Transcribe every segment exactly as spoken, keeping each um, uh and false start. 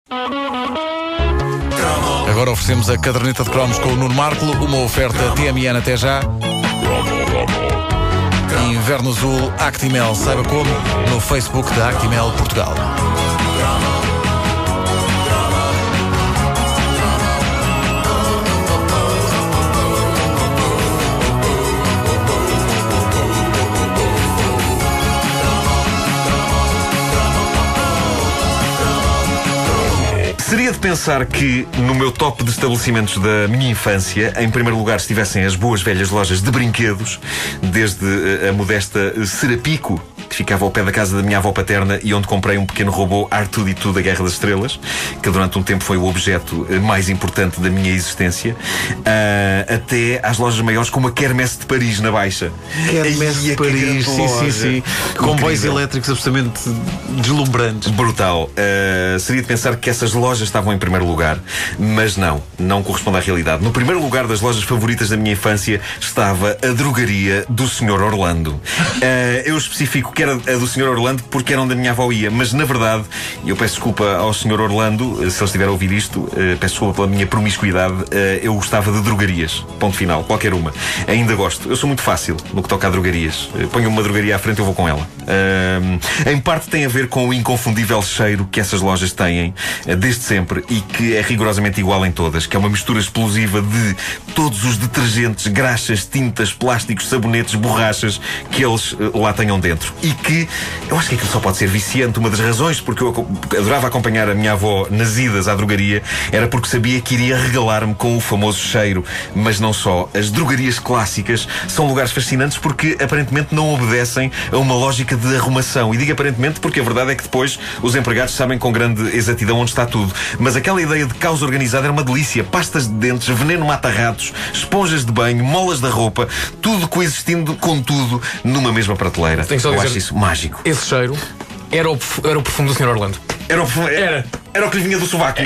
Agora oferecemos a caderneta de cromos com o Nuno Marco, uma oferta T M N até já. Inverno Azul Actimel, saiba como no Facebook da Actimel Portugal. Seria de pensar que, no meu top de estabelecimentos da minha infância, em primeiro lugar estivessem as boas velhas lojas de brinquedos, desde a modesta Serapico, que ficava ao pé da casa da minha avó paterna e onde comprei um pequeno robô R dois D dois da Guerra das Estrelas, que durante um tempo foi o objeto mais importante da minha existência, uh, até às lojas maiores como a Kermesse de Paris, na Baixa. Kermesse de Paris, sim, sim, sim. Comboios elétricos absolutamente deslumbrantes. Brutal. Uh, seria de pensar que essas lojas estavam em primeiro lugar, mas não, não corresponde à realidade. No primeiro lugar das lojas favoritas da minha infância estava a drogaria do senhor Orlando. Uh, eu especifico que era a do senhor Orlando porque era onde a minha avó ia, mas na verdade, e eu peço desculpa ao senhor Orlando, se ele estiver a ouvir isto, uh, peço desculpa pela minha promiscuidade, uh, eu gostava de drogarias. Ponto final, qualquer uma. Ainda gosto. Eu sou muito fácil no que toca a drogarias. Uh, ponho uma drogaria à frente, eu vou com ela. Uh, em parte tem a ver com o inconfundível cheiro que essas lojas têm, uh, desde sempre, e que é rigorosamente igual em todas, que é uma mistura explosiva de todos os detergentes, graxas, tintas, plásticos, sabonetes, borrachas que eles uh, lá tenham dentro. E que eu acho que aquilo só pode ser viciante. Uma das razões porque eu adorava acompanhar a minha avó nas idas à drogaria era porque sabia que iria regalar-me com o famoso cheiro. Mas não só. As drogarias clássicas são lugares fascinantes porque aparentemente não obedecem a uma lógica de arrumação. E digo aparentemente porque a verdade é que depois os empregados sabem com grande exatidão onde está tudo. Mas aquela ideia de caos organizado era uma delícia. Pastas de dentes, veneno mata-ratos, esponjas de banho, molas da roupa, tudo coexistindo com tudo numa mesma prateleira. Tenho só eu dizer, acho isso mágico. Esse cheiro era o, era o perfume do senhor Orlando. Era o, perfume, era. Era. Era o que lhe vinha do sovaco.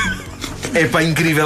É pá, incrível.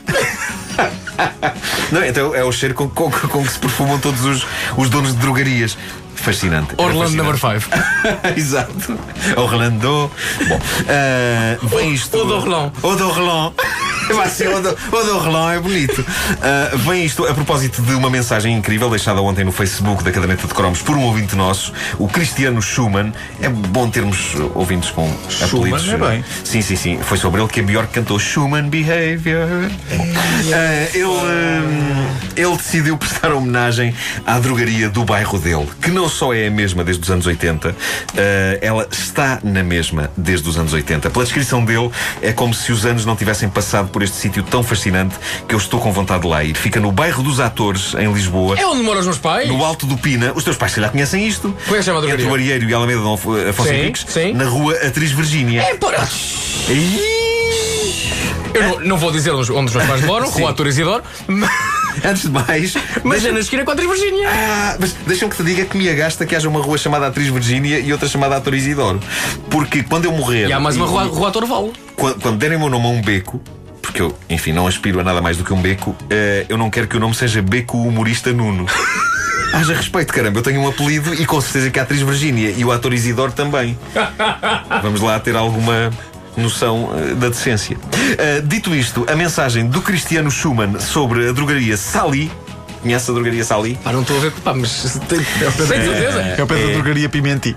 Não, então é o cheiro com, com, com que se perfumam todos os, os donos de drogarias. Fascinante. Orlando number five. Exato. Orlando. Bom, uh, vem isto. O do Orlando. O do Orlando. Vai ser o do, o do Orlando, é bonito. Uh, vem isto a propósito de uma mensagem incrível deixada ontem no Facebook da Caderneta de Cromos por um ouvinte nosso, o Cristiano Schumann. É bom termos ouvintes com Schumann, apelidos. É bem. Sim, sim, sim. Foi sobre ele que a Björk cantou Schumann Behavior. Uh, ele, uh, ele decidiu prestar homenagem à drogaria do bairro dele, que não só é a mesma desde os anos oitenta, uh, ela está na mesma desde os anos oitenta. Pela descrição dele, é como se os anos não tivessem passado por este sítio tão fascinante que eu estou com vontade de lá ir. Fica no bairro dos Atores, em Lisboa. É onde moram os meus pais? No Alto do Pina. Os teus pais se calhar conhecem isto. Como é que chama a drogaria? Entre o Arieiro e a Alameda de Afonso Sim, Henriques, sim. na rua Atriz Virgínia. É para... Eu não, não vou dizer onde os meus pais moram, Rua Ator Isidoro, mas... Antes de mais, mas deixa... é na esquina com a Atriz Virgínia. Ah, mas deixa-me que te diga que me agasta que haja uma rua chamada Atriz Virgínia e outra chamada Ator Isidoro. Porque quando eu morrer... E há mais uma e, rua, rua Ator Valo. Quando, quando derem o meu nome a um beco, porque eu, enfim, não aspiro a nada mais do que um beco, uh, eu não quero que o nome seja Beco Humorista Nuno. Haja respeito, caramba, eu tenho um apelido e com certeza que a Atriz Virgínia e o Ator Isidoro também. Vamos lá ter alguma noção uh, da decência. Uh, dito isto, a mensagem do Cristiano Schumann sobre a drogaria Sali. Conhece a drogaria Sali? Ah, não estou a ver, pá, mas tenho certeza. É o pé da drogaria Pimenti.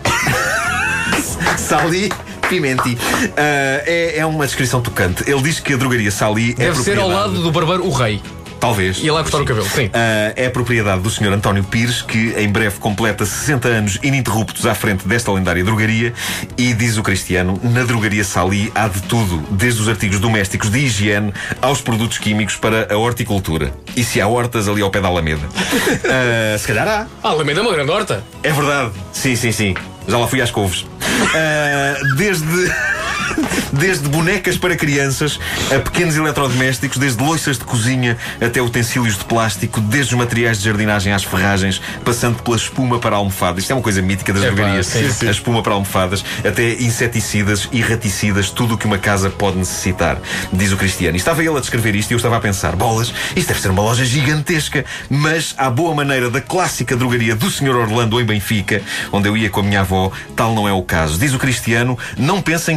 Sali Pimenti. Uh, é, é uma descrição tocante. Ele diz que a drogaria Sali é Deve ser ao lado do barbeiro O Rei. Talvez. E ele vai cortar o cabelo, sim. Uh, é a propriedade do senhor António Pires, que em breve completa sessenta anos ininterruptos à frente desta lendária drogaria. E diz o Cristiano, na drogaria Sali há de tudo, desde os artigos domésticos de higiene aos produtos químicos para a horticultura. E se há hortas ali ao pé da Alameda? Uh, se calhar há. A Alameda é uma grande horta. É verdade. Sim, sim, sim. Já lá fui às couves. Uh, desde... Desde bonecas para crianças a pequenos eletrodomésticos, desde louças de cozinha até utensílios de plástico, desde os materiais de jardinagem às ferragens, passando pela espuma para almofadas. Isto é uma coisa mítica das é drogarias. Sim, sim. A espuma para almofadas, até inseticidas e raticidas, tudo o que uma casa pode necessitar, diz o Cristiano. E estava ele a descrever isto e eu estava a pensar, bolas, isto deve ser uma loja gigantesca, mas à boa maneira da clássica drogaria do senhor Orlando em Benfica, onde eu ia com a minha avó, tal não é o caso. Diz o Cristiano, não pensem que esta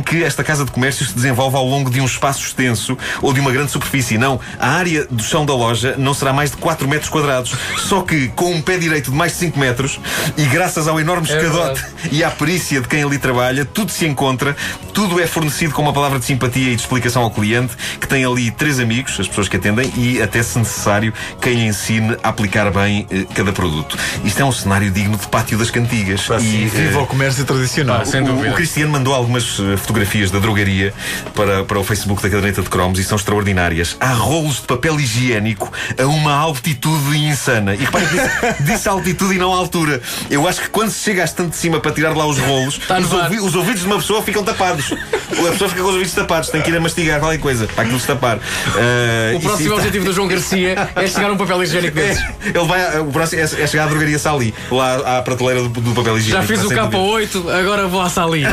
casa de comércio se desenvolve ao longo de um espaço extenso ou de uma grande superfície. Não, a área do chão da loja não será mais de quatro metros quadrados. Só que com um pé direito de mais de cinco metros e graças ao enorme escadote é e à perícia de quem ali trabalha, tudo se encontra, tudo é fornecido com uma palavra de simpatia e de explicação ao cliente, que tem ali três amigos, as pessoas que atendem, e até se necessário quem ensine a aplicar bem eh, cada produto. Isto é um cenário digno de pátio das cantigas. Assim, e viva eh, o comércio tradicional. Ah, sem o, dúvida. o Cristiano mandou algumas uh, fotografias da drogaria para, para o Facebook da Caderneta de Cromos e são extraordinárias. Há rolos de papel higiênico a uma altitude insana. E reparem que disse, disse altitude e não altura. Eu acho que quando se chega à estante de cima para tirar lá os rolos, Tá os, ouvi, os ouvidos de uma pessoa ficam tapados. A pessoa fica com os ouvidos tapados, tem que ir a mastigar qualquer coisa para aquilo se tapar. Uh, O próximo objetivo do João Garcia é chegar a um papel higiênico desses. Ele vai, o próximo é, é chegar à drogaria Sali, lá à prateleira do, do papel higiênico. Já fiz o K oito, agora vou à salinha.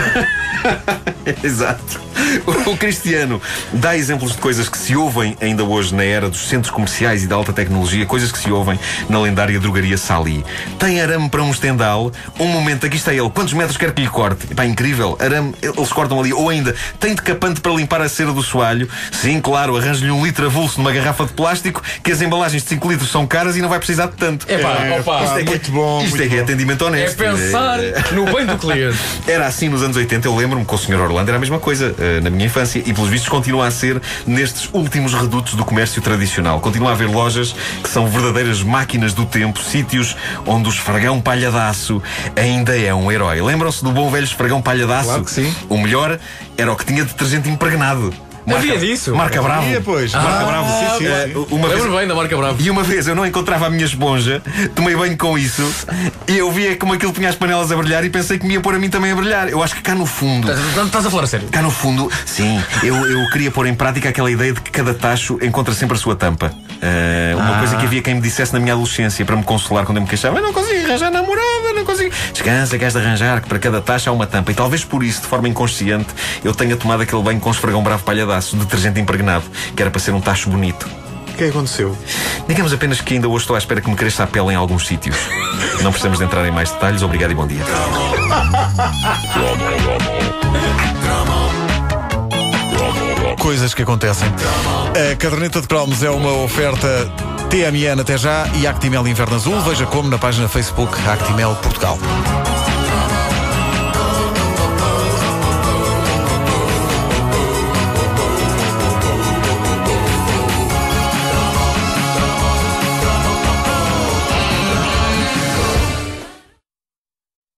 Exato. O Cristiano dá exemplos de coisas que se ouvem ainda hoje na era dos centros comerciais e da alta tecnologia, coisas que se ouvem na lendária drogaria Sali. Tem arame para um estendal, um momento, aqui está ele, quantos metros quer que lhe corte? Pá, incrível, arame, eles cortam ali. Ou ainda, tem decapante para limpar a cera do soalho? Sim, claro, arranje-lhe um litro avulso numa garrafa de plástico, que as embalagens de cinco litros são caras e não vai precisar de tanto. Epá, É, opa, pá, Isto é que, muito bom, Isto muito é que é bom. atendimento é honesto. pensar no bem do cliente. Era assim nos anos oitenta, eu lembro-me que o senhor Orlando era a mesma coisa uh, na minha infância e, pelos vistos, continua a ser nestes últimos redutos do comércio tradicional. Continua a haver lojas que são verdadeiras máquinas do tempo, sítios onde o esfregão palhadaço ainda é um herói. Lembram-se do bom velho esfregão palhadaço? Claro que sim. O melhor era o que tinha detergente impregnado. Havia disso? Marca Bravo. Havia, pois. Marca Ah, Bravo. sim, sim, Eh, sim. uma vez, Lembro bem da marca Bravo. e uma vez eu não encontrava a minha esponja, tomei banho com isso e eu via como aquilo tinha as panelas a brilhar e pensei que me ia pôr a mim também a brilhar. Eu acho que cá no fundo. Estás a falar a sério? Cá no fundo, sim, eu, eu queria pôr em prática aquela ideia de que cada tacho encontra sempre a sua tampa. Uh, uma Ah. coisa que havia quem me dissesse na minha adolescência para me consolar quando eu me queixava: eu não consigo arranjar namorada, não consigo. Descansa, queres de arranjar, que para cada tacho há uma tampa. E talvez por isso, de forma inconsciente, eu tenha tomado aquele banho com esfregão bravo palhadaço, detergente impregnado, que era para ser um tacho bonito. O que é que aconteceu? Digamos apenas que ainda hoje estou à espera que me cresça a pele em alguns sítios. Não precisamos de entrar em mais detalhes. Obrigado e bom dia. Coisas que acontecem. A Caderneta de Cromos é uma oferta T M N até já e Actimel Inverno Azul. Veja como na página Facebook Actimel Portugal.